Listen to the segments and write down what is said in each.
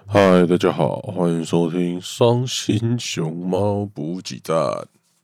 嗨，大家好，欢迎收听伤心熊猫补给站。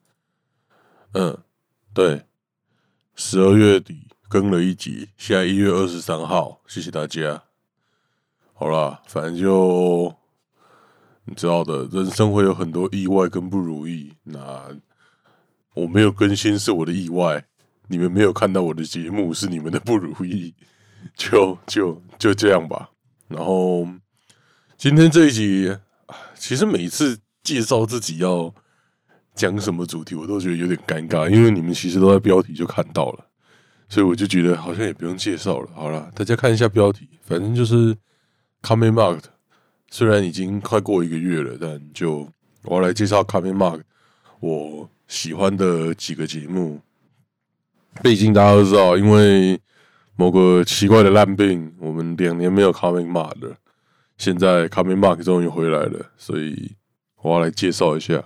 对，12月底更了一集，现在1月23号，谢谢大家。好啦，反正就你知道的，人生会有很多意外跟不如意。那我没有更新是我的意外，你们没有看到我的节目是你们的不如意，就这样吧。然后今天这一集，其实每一次介绍自己要讲什么主题，我都觉得有点尴尬，因为你们其实都在标题就看到了，所以我就觉得好像也不用介绍了。好了，大家看一下标题，反正就是 Coming Mark。虽然已经快过1个月了，但我要来介绍 Coming Mark 我喜欢的几个节目。毕竟大家都知道，因为某个奇怪的烂病，我们2年没有 Coming Mark 了。现在 Coming Mark 终于回来了，所以我要来介绍一下。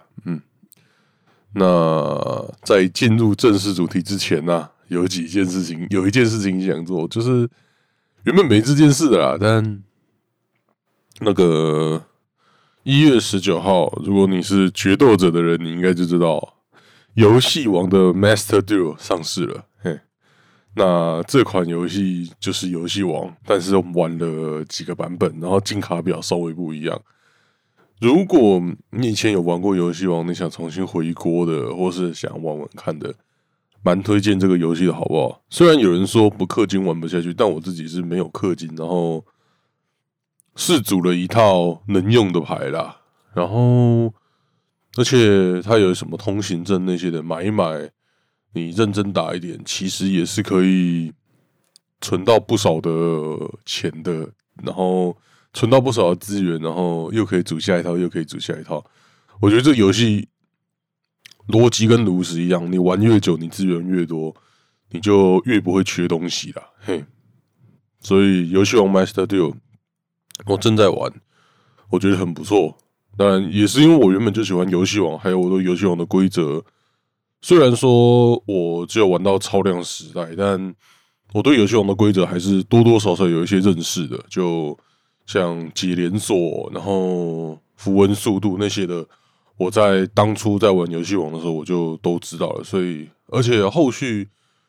那在进入正式主题之前呢，有一件事情想做，就是原本没这件事的啦，但那个1月19号，如果你是决斗者的人，你应该就知道游戏王的 Master Duel 上市了。那这款游戏就是游戏王，但是我们玩了几个版本，然后进卡表稍微不一样。如果你以前有玩过游戏王，你想重新回锅的，或是想玩玩看的，蛮推荐这个游戏的，好不好？虽然有人说不氪金玩不下去，但我自己是没有氪金，然后是组了一套能用的牌啦，然后而且它有什么通行证那些的，买一买。你认真打一点，其实也是可以存到不少的钱的，然后存到不少的资源，然后又可以组下一套，又可以组下一套。我觉得这个游戏逻辑跟炉石一样，你玩越久，你资源越多，你就越不会缺东西啦。所以游戏王 Master Duel 我正在玩，我觉得很不错。当然也是因为我原本就喜欢游戏王，还有我对游戏王的规则。虽然说我只有玩到超量时代，但我对游戏王的规则还是多多少少有一些认识的，就像解连锁，然后符文速度那些的，我在当初在玩游戏王的时候我就都知道了。所以，而且后续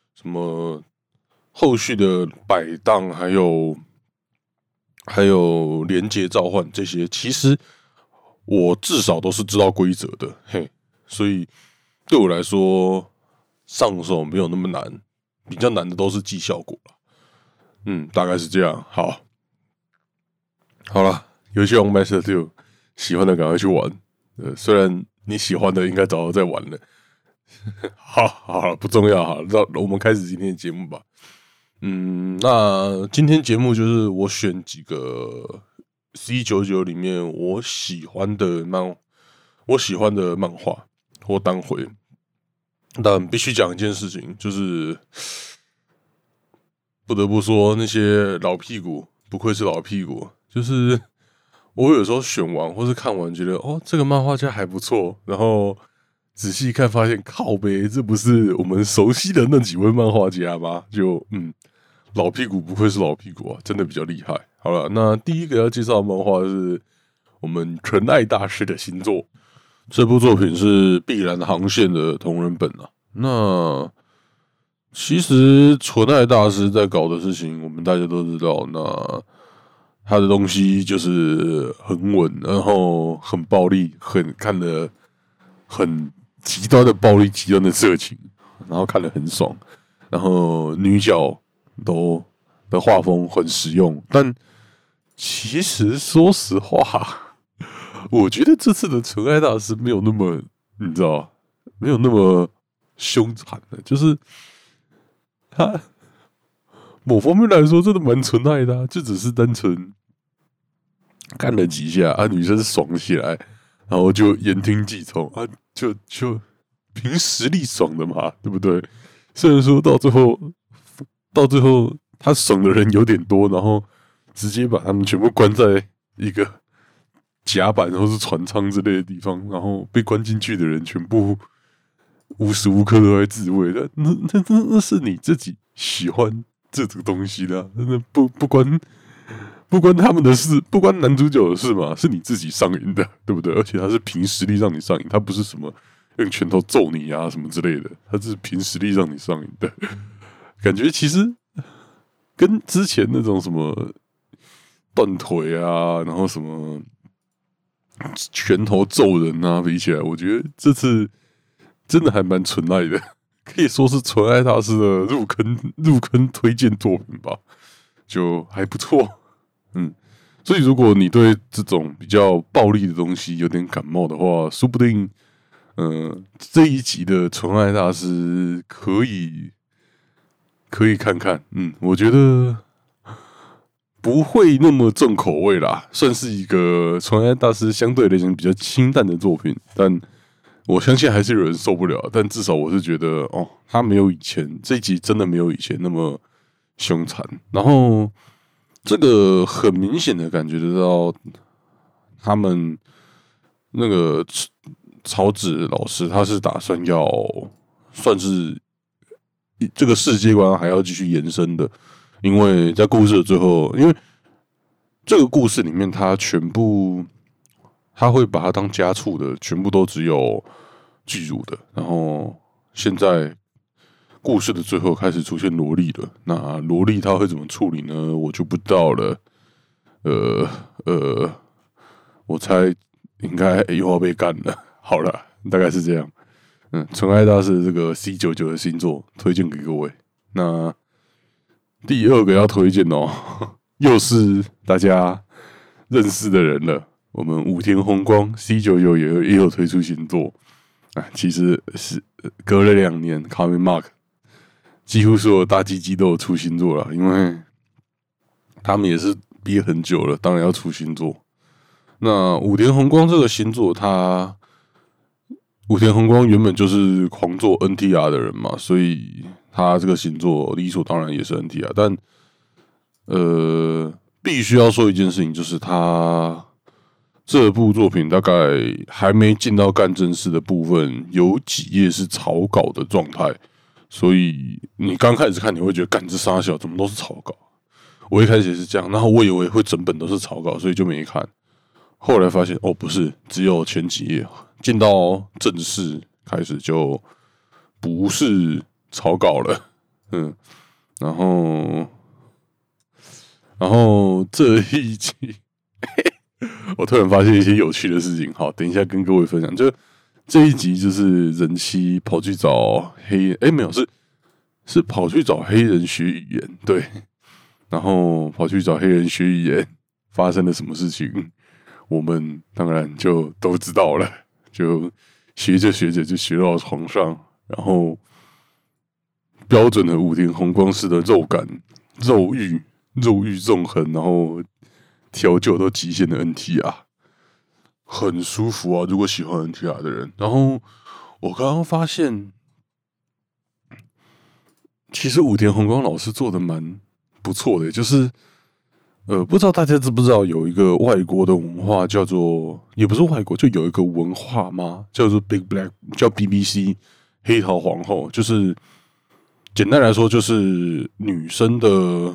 的摆档还有连接召唤这些，其实我至少都是知道规则的。所以对我来说，上手没有那么难，比较难的都是记效果了。大概是这样。好了，游戏王 Master Duel 喜欢的赶快去玩。虽然你喜欢的应该早就在玩了。好了，不重要。好了，我们开始今天的节目吧。那今天节目就是我选几个 C99 里面我喜欢的漫画或单回。但必须讲一件事情，就是不得不说那些老屁股，不愧是老屁股。就是我有时候选完或是看完，觉得这个漫画家还不错，然后仔细看发现靠北，这不是我们熟悉的那几位漫画家吗？老屁股不愧是老屁股啊，真的比较厉害。好了，那第一个要介绍的漫画是我们纯爱大师的新作。这部作品是碧蓝航线的同人本啊。那其实纯爱大师在搞的事情，我们大家都知道。那他的东西就是很稳，然后很暴力，看得很极端的暴力、极端的色情，然后看得很爽。然后女角的画风很实用，但其实说实话。我觉得这次的纯爱大师没有那么，你知道，没有那么凶残的，就是他某方面来说真的蛮纯爱的就只是单纯干了几下女生爽起来，然后就言听计从就凭实力爽的嘛，对不对？虽然说到最后他爽的人有点多，然后直接把他们全部关在一个甲板或是船舱之类的地方，然后被关进去的人全部无时无刻都在自卫的。那是你自己喜欢这种东西的那不不关他们的事，不关男主角的事嘛，是你自己上瘾的，对不对？而且他是凭实力让你上瘾，他不是什么用拳头揍你啊什么之类的，他是凭实力让你上瘾的。感觉其实跟之前那种什么断腿啊，然后什么拳头揍人啊比起来，我觉得这次真的还蛮纯爱的，可以说是纯爱大师的入坑推荐作品吧，就还不错。所以如果你对这种比较暴力的东西有点感冒的话，说不定这一集的纯爱大师可以看看。我觉得不会那么重口味啦，算是一个纯爱大师相对来讲比较清淡的作品，但我相信还是有人受不了。但至少我是觉得他没有以前这一集真的没有以前那么凶残，然后这个很明显的感觉得到他们那个草子老师他是打算要算是这个世界观还要继续延伸的，因为在故事的最后，因为这个故事里面他会把它当家畜的，全部都只有巨乳的，然后现在故事的最后开始出现萝莉了，那萝莉她会怎么处理呢？我就不知道了。我猜应该又要被干了。好了，大概是这样。纯爱大师这个 C99 的星座推荐给各位。那第二个要推荐又是大家认识的人了。我们武田宏光 C99 也有推出新作。其实是隔了2年 ，Comic Mark 几乎所有大鸡鸡都有出新作了，因为他们也是憋很久了，当然要出新作。那武田宏光这个新作，武田宏光原本就是狂做 NTR 的人嘛，所以他这个新作理所当然也是 NTR。但必须要说一件事情，就是他这部作品大概还没进到干正式的部分，有几页是草稿的状态，所以你刚开始看你会觉得干这三小怎么都是草稿。我一开始也是这样，然后我以为会整本都是草稿，所以就没看。后来发现不是，只有前几页，进到正式开始就不是草稿了。然后这一集我突然发现一些有趣的事情，好，等一下跟各位分享。就这一集就是人妻跑去找没有，是跑去找黑人学语言，对，然后跑去找黑人学语言，发生了什么事情，我们当然就都知道了。就学着学着就学到床上，然后标准的武田宏光式的肉感、肉欲纵横，然后调教到极限的 NTR， 很舒服啊！如果喜欢 NTR 的人，然后我刚刚发现，其实武田宏光老师做的蛮不错的，就是不知道大家知不知道有一个外国的文化叫做，也不是外国，就有一个文化吗？叫做 Big Black， 叫 BBC 黑桃皇后，就是简单来说就是女生的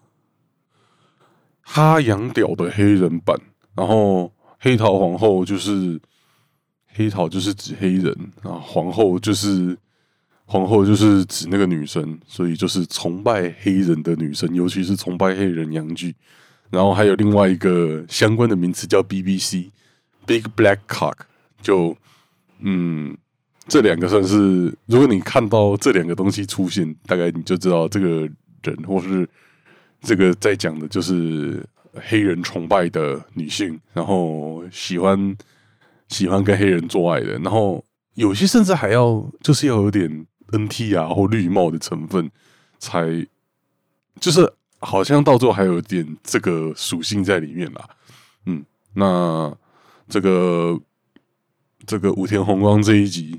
哈洋屌的黑人版，然后黑桃皇后就是黑桃就是指黑人，然后皇后就是指那个女生，所以就是崇拜黑人的女生，尤其是崇拜黑人洋剧。然后还有另外一个相关的名词叫 BBC Big Black Cock， 就这两个算是，如果你看到这两个东西出现，大概你就知道这个人或是这个在讲的就是黑人崇拜的女性，然后喜欢跟黑人做爱的，然后有些甚至还要就是要有点 NT 啊或绿帽的成分，才就是好像到最后还有点这个属性在里面啦。那这个武田宏光这一集，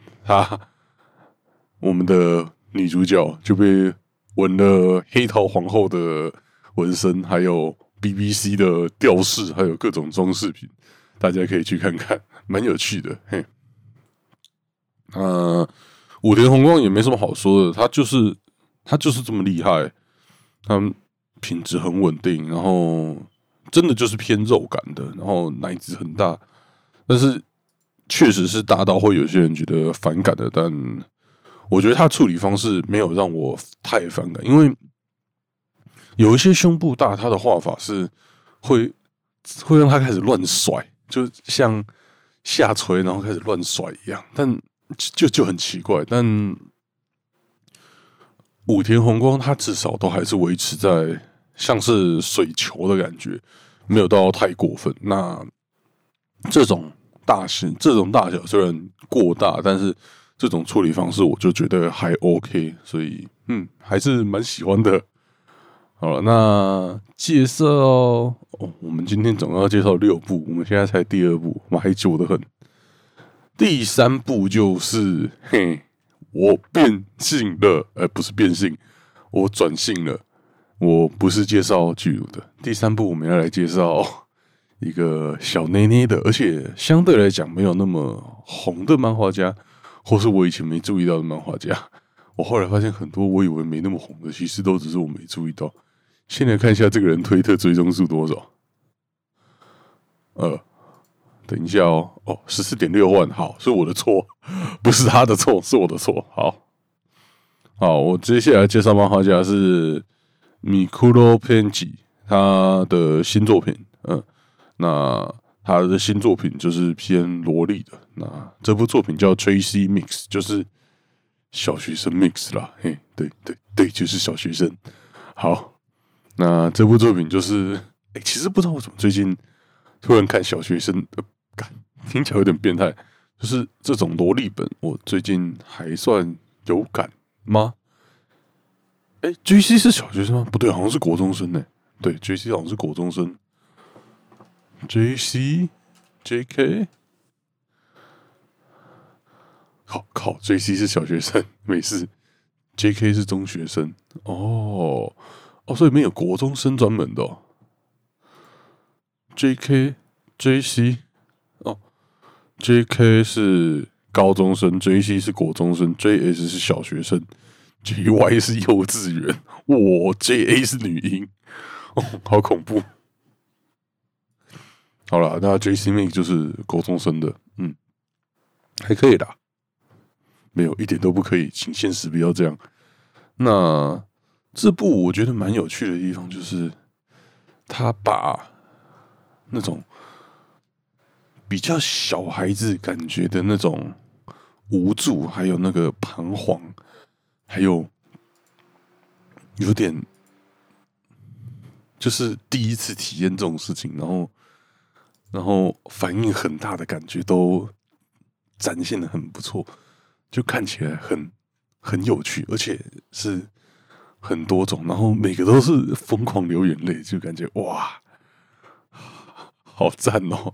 我们的女主角就被纹了黑桃皇后的纹身，还有 BBC 的吊饰，还有各种装饰品，大家可以去看看，蛮有趣的。嘿，武田宏光也没什么好说的，他就是这么厉害。 品质很稳定，然后真的就是偏肉感的，然后奶质很大，但是确实是大到会有些人觉得反感的，但我觉得它处理方式没有让我太反感，因为有一些胸部大，它的画法是会让它开始乱甩，就像下垂然后开始乱甩一样，但就很奇怪。但武田宏光它至少都还是维持在像是水球的感觉，没有到太过分。那这种大小虽然过大，但是这种处理方式我就觉得还 OK， 所以还是蛮喜欢的。好了，那介绍我们今天总共要介绍6部，我们现在才第2部，我们还久得很。第3部就是我变性了，不是变性，我转性了。我不是介绍巨乳的。第3部我们要来介绍一个小内内的，而且相对来讲没有那么红的漫画家，或是我以前没注意到的漫画家。我后来发现很多我以为没那么红的，其实都只是我没注意到。先来看一下这个人推特追踪数多少。等一下14.6万，好，是我的错，不是他的错，是我的错。好，我接下来介绍漫画家是Mikuro Penji， 他的新作品，那他的新作品就是偏萝莉的。那这部作品叫 Tracy Mix， 就是小学生 Mix 啦，对，就是小学生。好，那这部作品就是，其实不知道为什么最近突然看小学生，听起来有点变态，就是这种萝莉本，我最近还算有感吗？GC 是小学生吗？不对，好像是国中生呢。对 ，GC 好像是国中生。JK，靠 ，JC 是小学生，没事。JK 是中学生。所以没有国中生专门的哦。JC JK 是高中生 ，JC 是国中生 ，JS 是小学生。JY 是幼稚园，JA 是女婴，好恐怖。好了，那 JC Mix 就是国中生的，还可以啦，没有一点都不可以，请现实不要这样。那这部我觉得蛮有趣的地方就是，他把那种比较小孩子感觉的那种无助，还有那个彷徨。还有点就是第一次体验这种事情，然后反应很大的感觉都展现的很不错，就看起来很有趣，而且是很多种，然后每个都是疯狂流眼泪，就感觉哇，好赞哦！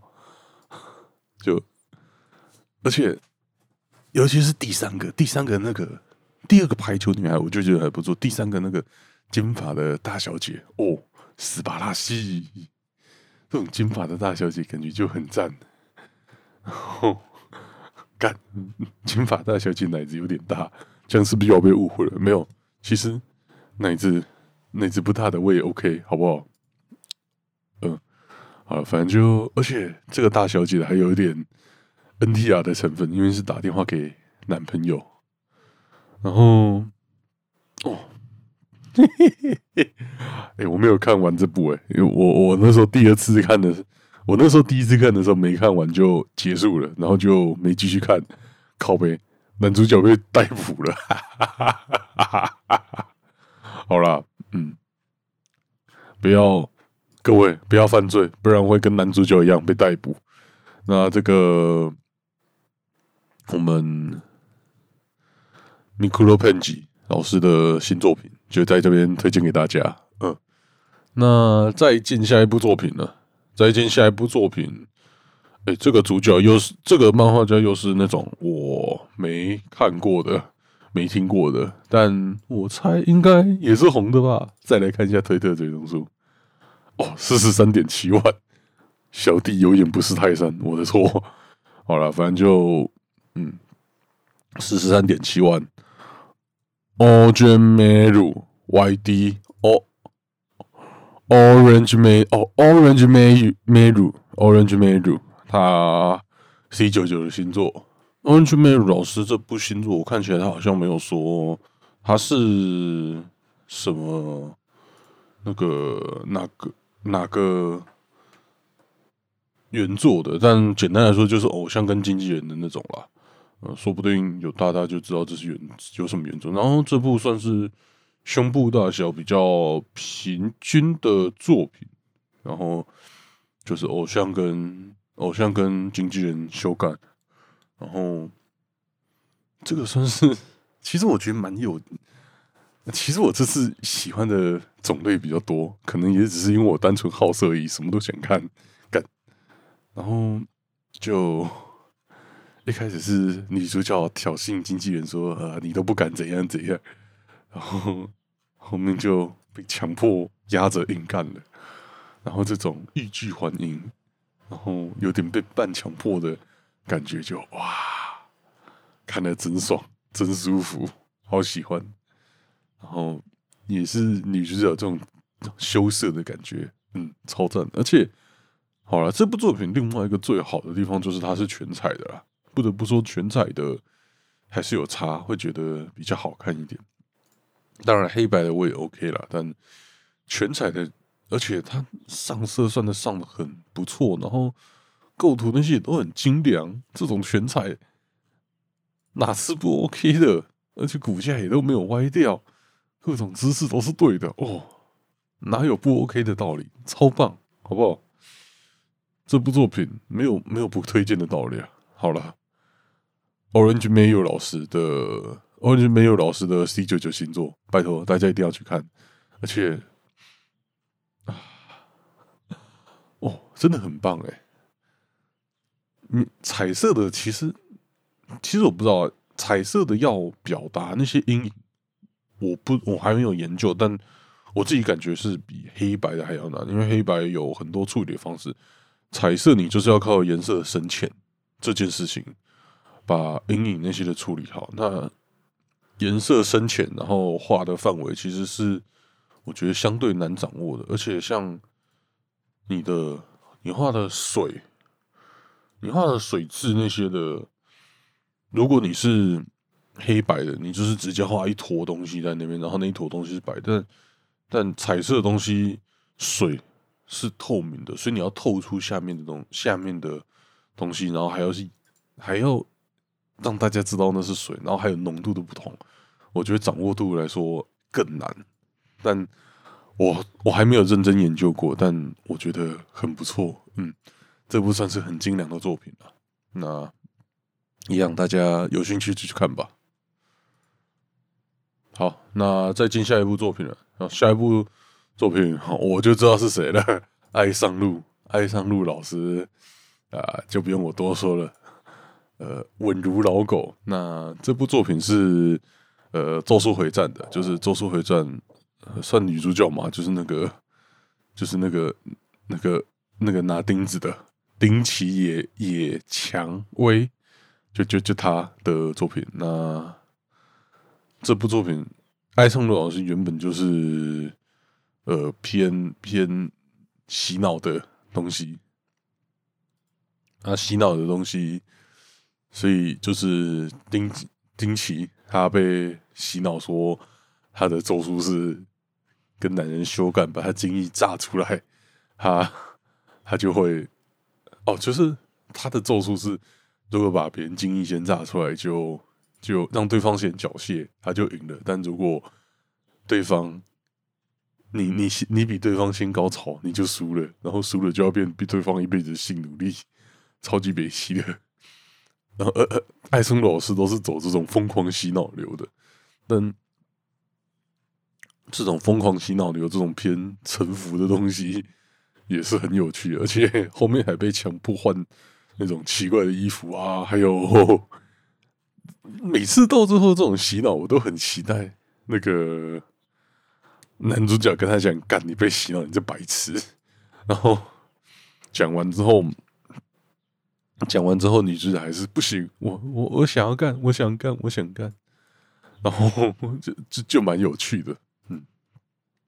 而且尤其是第三个那个。第2个排球女孩，我就觉得还不错。第3个那个金发的大小姐，斯巴拉西，这种金发的大小姐感觉就很赞。干，金发大小姐奶子有点大，这样是不是又要被误会了？没有，其实奶子不大的我也 OK， 好不好？好了，反正而且这个大小姐还有一点 NTR 的成分，因为是打电话给男朋友。然后，我没有看完这部因为我那时候第一次看的时候没看完就结束了，然后就没继续看。靠北，男主角被逮捕了，好啦，各位不要犯罪，不然会跟男主角一样被逮捕。那这个我们。Mikuro Penji 老师的新作品，就在这边推荐给大家。那再进下一部作品了。这个主角这个漫画家又是那种我没看过的、没听过的，但我猜应该也是红的吧。再来看一下推特追踪数，43.7万。小弟有眼不识泰山，我的错。好了，反正就43.7万。Ojenmeru YD Orange Meru，Orange Meru，他 C99的新作。Orange Meru 老师这部新作，我看起来他好像没有说他是什么哪个原作的，但简单来说就是偶像跟经纪人的那种啦。说不定有大家就知道这是有什么原作。然后这部算是胸部大小比较平均的作品，然后就是偶像跟经纪人修改，然后这个算是，其实我觉得其实我这次喜欢的种类比较多，可能也只是因为我单纯好色而已，什么都想看，然后就一开始是女主角挑衅经纪人说：你都不敢怎样怎样。”然后后面就被强迫压着硬干了。然后这种欲拒还迎，然后有点被半强迫的感觉就，哇，看得真爽，真舒服，好喜欢。然后也是女主角这种羞涩的感觉，超赞。而且好了，这部作品另外一个最好的地方就是它是全彩的啦。不得不说，全彩的还是有差，会觉得比较好看一点。当然，黑白的我也 OK 啦，但全彩的，而且它上色算得上的很不错，然后构图那些也都很精良。这种全彩哪是不 OK 的？而且骨架也都没有歪掉，各种姿势都是对的哦，哪有不 OK 的道理？超棒，好不好？这部作品没有不推荐的道理啊。好了，Orange Mayo 老师的 C99新作，拜托大家一定要去看，而且真的很棒哎！彩色的其实我不知道，彩色的要表达那些阴影，我还没有研究，但我自己感觉是比黑白的还要难，因为黑白有很多处理的方式，彩色你就是要靠颜色的深浅这件事情，把阴影那些的处理好。那颜色深浅，然后画的范围其实是我觉得相对难掌握的，而且像你画的水渍那些的，如果你是黑白的，你就是直接画一坨东西在那边，然后那一坨东西是白的，但彩色的东西水是透明的，所以你要透出下面的东西，然后还要让大家知道那是水，然后还有浓度的不同，我觉得掌握度来说更难。但我还没有认真研究过，但我觉得很不错。这部算是很精良的作品了。那一样，大家有兴趣就去看吧。好，那再进下一部作品了。下一部作品我就知道是谁了，爱上路老师就不用我多说了。稳如老狗。那这部作品是咒术回战的，就是咒术回战算女主角嘛，就是那个拿钉子的丁崎野蔷薇，就他的作品。那这部作品，爱上路老师原本就是偏洗脑的东西，洗脑的东西，所以就是丁崎他被洗脑说他的咒术是跟男人修改，把他精液炸出来，他就会就是他的咒术是如果把别人精液先炸出来就让对方先缴械，他就赢了。但如果对方你比对方先高潮，你就输了，然后输了就要变比对方一辈子的性奴隶，超级北西的。然后艾森老师都是走这种疯狂洗脑流的，但这种疯狂洗脑流这种偏臣服的东西也是很有趣的，而且后面还被强迫换那种奇怪的衣服还有每次到最后这种洗脑，我都很期待那个男主角跟他讲：“干，你被洗脑，你这白痴。”然后讲完之后，女主角还是不行，我想要干，我想干，然后就蛮有趣的。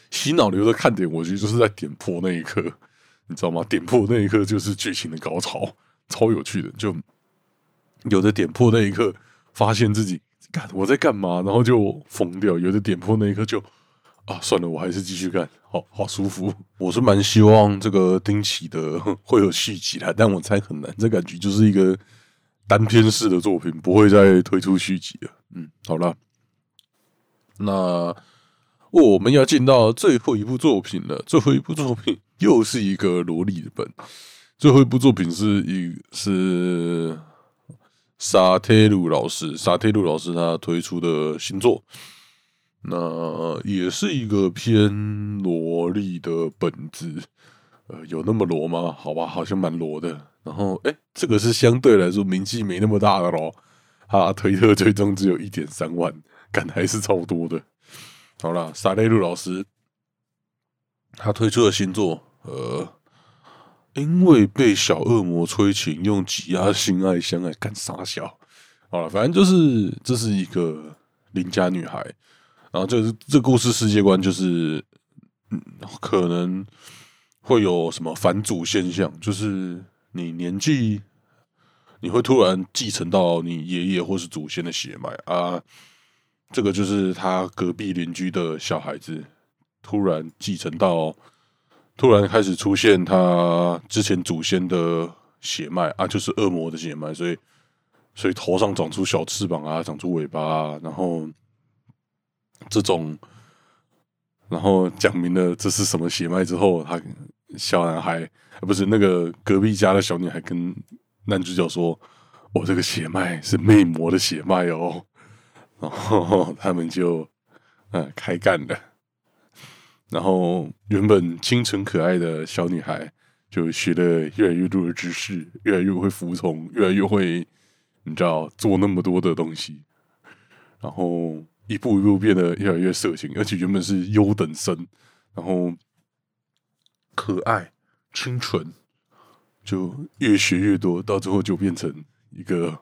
洗脑流的看点，我觉得就是在点破那一刻，你知道吗？点破那一刻就是剧情的高潮，超有趣的。就有的点破那一刻，发现自己我在干嘛，然后就疯掉；有的点破那一刻就算了，我还是继续干，好舒服。我是蛮希望这个丁奇的会有续集啦，但我猜很难，这感觉就是一个单篇式的作品，不会再推出续集了。好啦，那我们要进到最后一部作品了。最后一部作品又是一个萝莉的本。最后一部作品是沙铁鲁老师他推出的新作，那也是一个偏萝莉的本子。有那么罗吗？好吧，好像蛮罗的。然后，这个是相对来说名气没那么大的咯。他推特追踪只有 1.3 万，感还是超多的。好啦，沙雷鲁老师他推出的新作，因为被小恶魔催情，用挤压性爱相爱干傻小。好了，反正就是这是一个邻家女孩，然后这故事世界观就是，可能会有什么反祖现象，就是你年纪你会突然继承到你爷爷或是祖先的血脉啊。这个就是他隔壁邻居的小孩子，突然继承到，突然开始出现他之前祖先的血脉啊，就是恶魔的血脉，所以头上长出小翅膀啊，长出尾巴啊，然后这种，然后讲明了这是什么血脉之后，他小男孩不是那个隔壁家的小女孩跟男主角说：“我这个血脉是魅魔的血脉哦。”然后他们就开干了，然后原本清纯可爱的小女孩就学了越来越多的知识，越来越会服从，越来越会你知道做那么多的东西，然后一步一步变得越来越色情，而且原本是优等生，然后可爱清纯，就越学越多，到最后就变成一个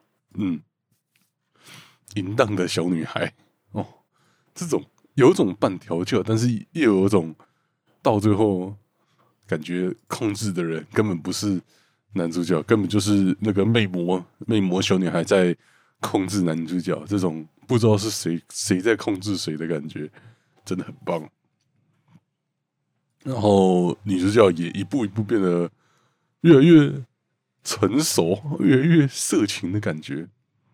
淫荡的小女孩哦，这种有一种半调教，但是又有一种到最后感觉控制的人根本不是男主角，根本就是那个魅魔小女孩在控制男主角，这种不知道是谁在控制谁的感觉，真的很棒。然后女主角也一步一步变得越来越成熟，越来越色情的感觉。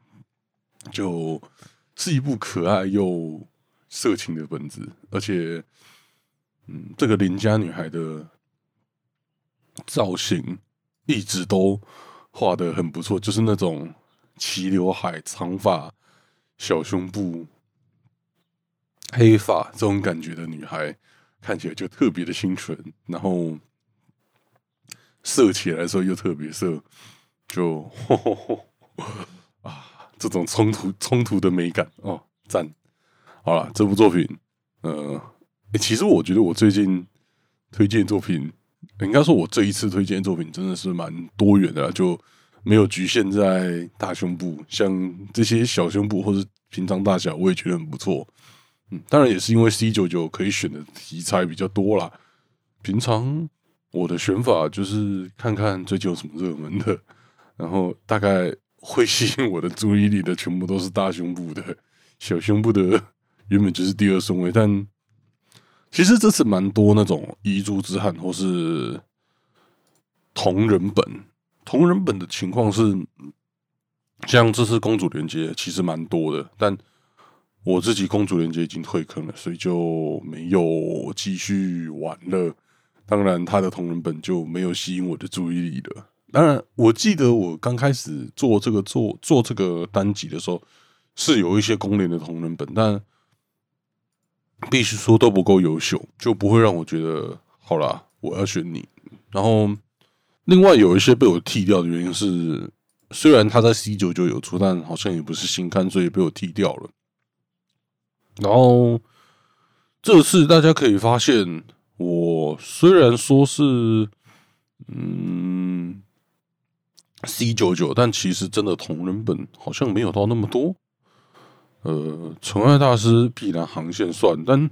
就是一部可爱又色情的本子，而且，这个邻家女孩的造型一直都画得很不错，就是那种齐刘海、长发、小胸部、黑发这种感觉的女孩，看起来就特别的清纯，然后色起来的时候又特别色，就这种冲突的美感哦，赞！好了，这部作品，其实我觉得我最近推荐作品，应该说我这一次推荐作品真的是蛮多元的啦，就没有局限在大胸部，像这些小胸部或是平常大小，我也觉得很不错。当然也是因为 C99 可以选的题材比较多啦。平常我的选法就是看看最近有什么热门的，然后大概会吸引我的注意力的全部都是大胸部的，小胸部的原本就是第二顺位。但其实这次蛮多那种遗珠之憾或是同人本的情况是，像这次公主连结其实蛮多的，但我自己公主连结已经退坑了，所以就没有继续玩了。当然，他的同人本就没有吸引我的注意力了。当然，我记得我刚开始做这个单集的时候，是有一些公联的同人本，但必须说都不够优秀，就不会让我觉得好啦，我要选你。然后，另外有一些被我剔掉的原因是，虽然他在 C99 有出，但好像也不是新刊，所以被我剔掉了。然后这次大家可以发现，我虽然说是C99，但其实真的同人本好像没有到那么多。纯爱大师必然航线算，但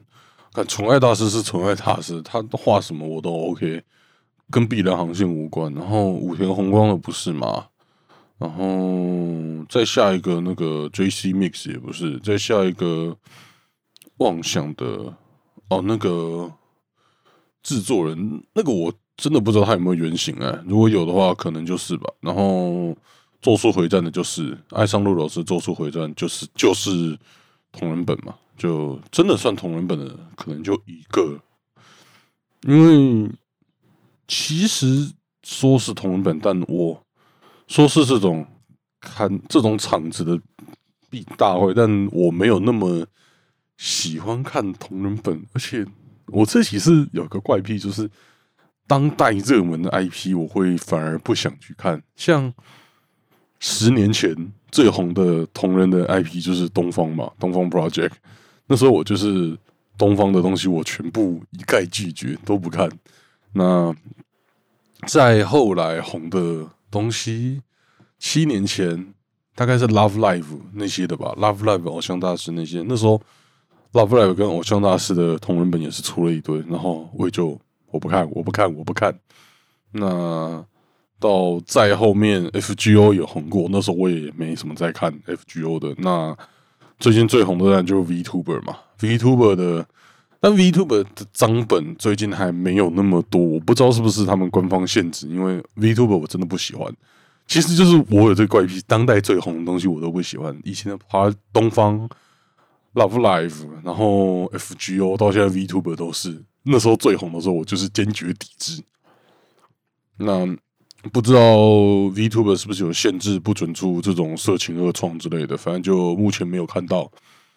看宠爱大师是宠爱大师，他画什么我都 OK， 跟碧蓝航线无关。然后武田宏光的不是嘛？然后再下一个那个 JC Mix 也不是，再下一个妄想的那个制作人，那个我真的不知道他有没有原型如果有的话，可能就是吧。然后咒术回战的就是爱上路老师，咒术回战就是同人本嘛，就真的算同人本的，可能就一个。因为其实说是同人本，但我说是这种场子的大会，但我没有那么喜欢看同人本，而且我自己是有个怪癖，就是当代热门的 IP， 我会反而不想去看。像10年前最红的同人的 IP 就是东方嘛，东方 Project。那时候我就是东方的东西，我全部一概拒绝，都不看。那再后来红的东西，7年前大概是 Love Live 那些的吧 ，Love Live 偶像大师那些，那时候 Love Live 跟偶像大师的同人本也是出了一堆，然后我不看。那到再后面 FGO 也红过，那时候我也没什么在看 FGO 的。那最近最红的当然就是 VTuber 嘛 ，VTuber 的。但 VTuber 的章本最近还没有那么多，我不知道是不是他们官方限制，因为 VTuber 我真的不喜欢。其实就是我有这个怪癖，当代最红的东西我都不喜欢。以前的东方 Love Live， 然后 FGO 到现在 VTuber 都是，那时候最红的时候我就是坚决抵制。那不知道 VTuber 是不是有限制，不准出这种色情恶创之类的，反正就目前没有看到。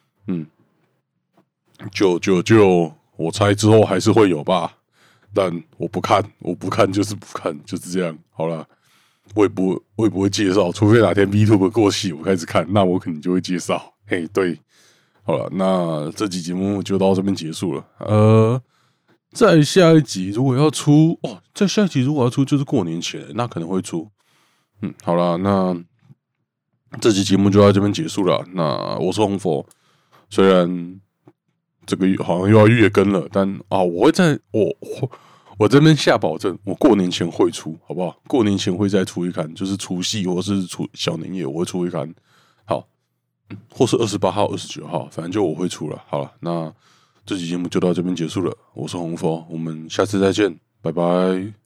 就我猜之后还是会有吧，但我不看就是不看，就是这样。好了，我也不会介绍，除非哪天 VTuber 过气我开始看，那我可能就会介绍。嘿，对，好了，那这集节目就到这边结束了。再下一集如果要出就是过年前，那可能会出。好了，那这集节目就到这边结束了。那我是红佛，虽然这个月好像又要月更了，但我会我这边下保证，我过年前会出，好不好？过年前会再出一刊，就是除夕或是小年夜，我会出一刊。好，或是28号、29号，反正就我会出了。好了，那这期节目就到这边结束了。我是红佛，我们下次再见，拜拜。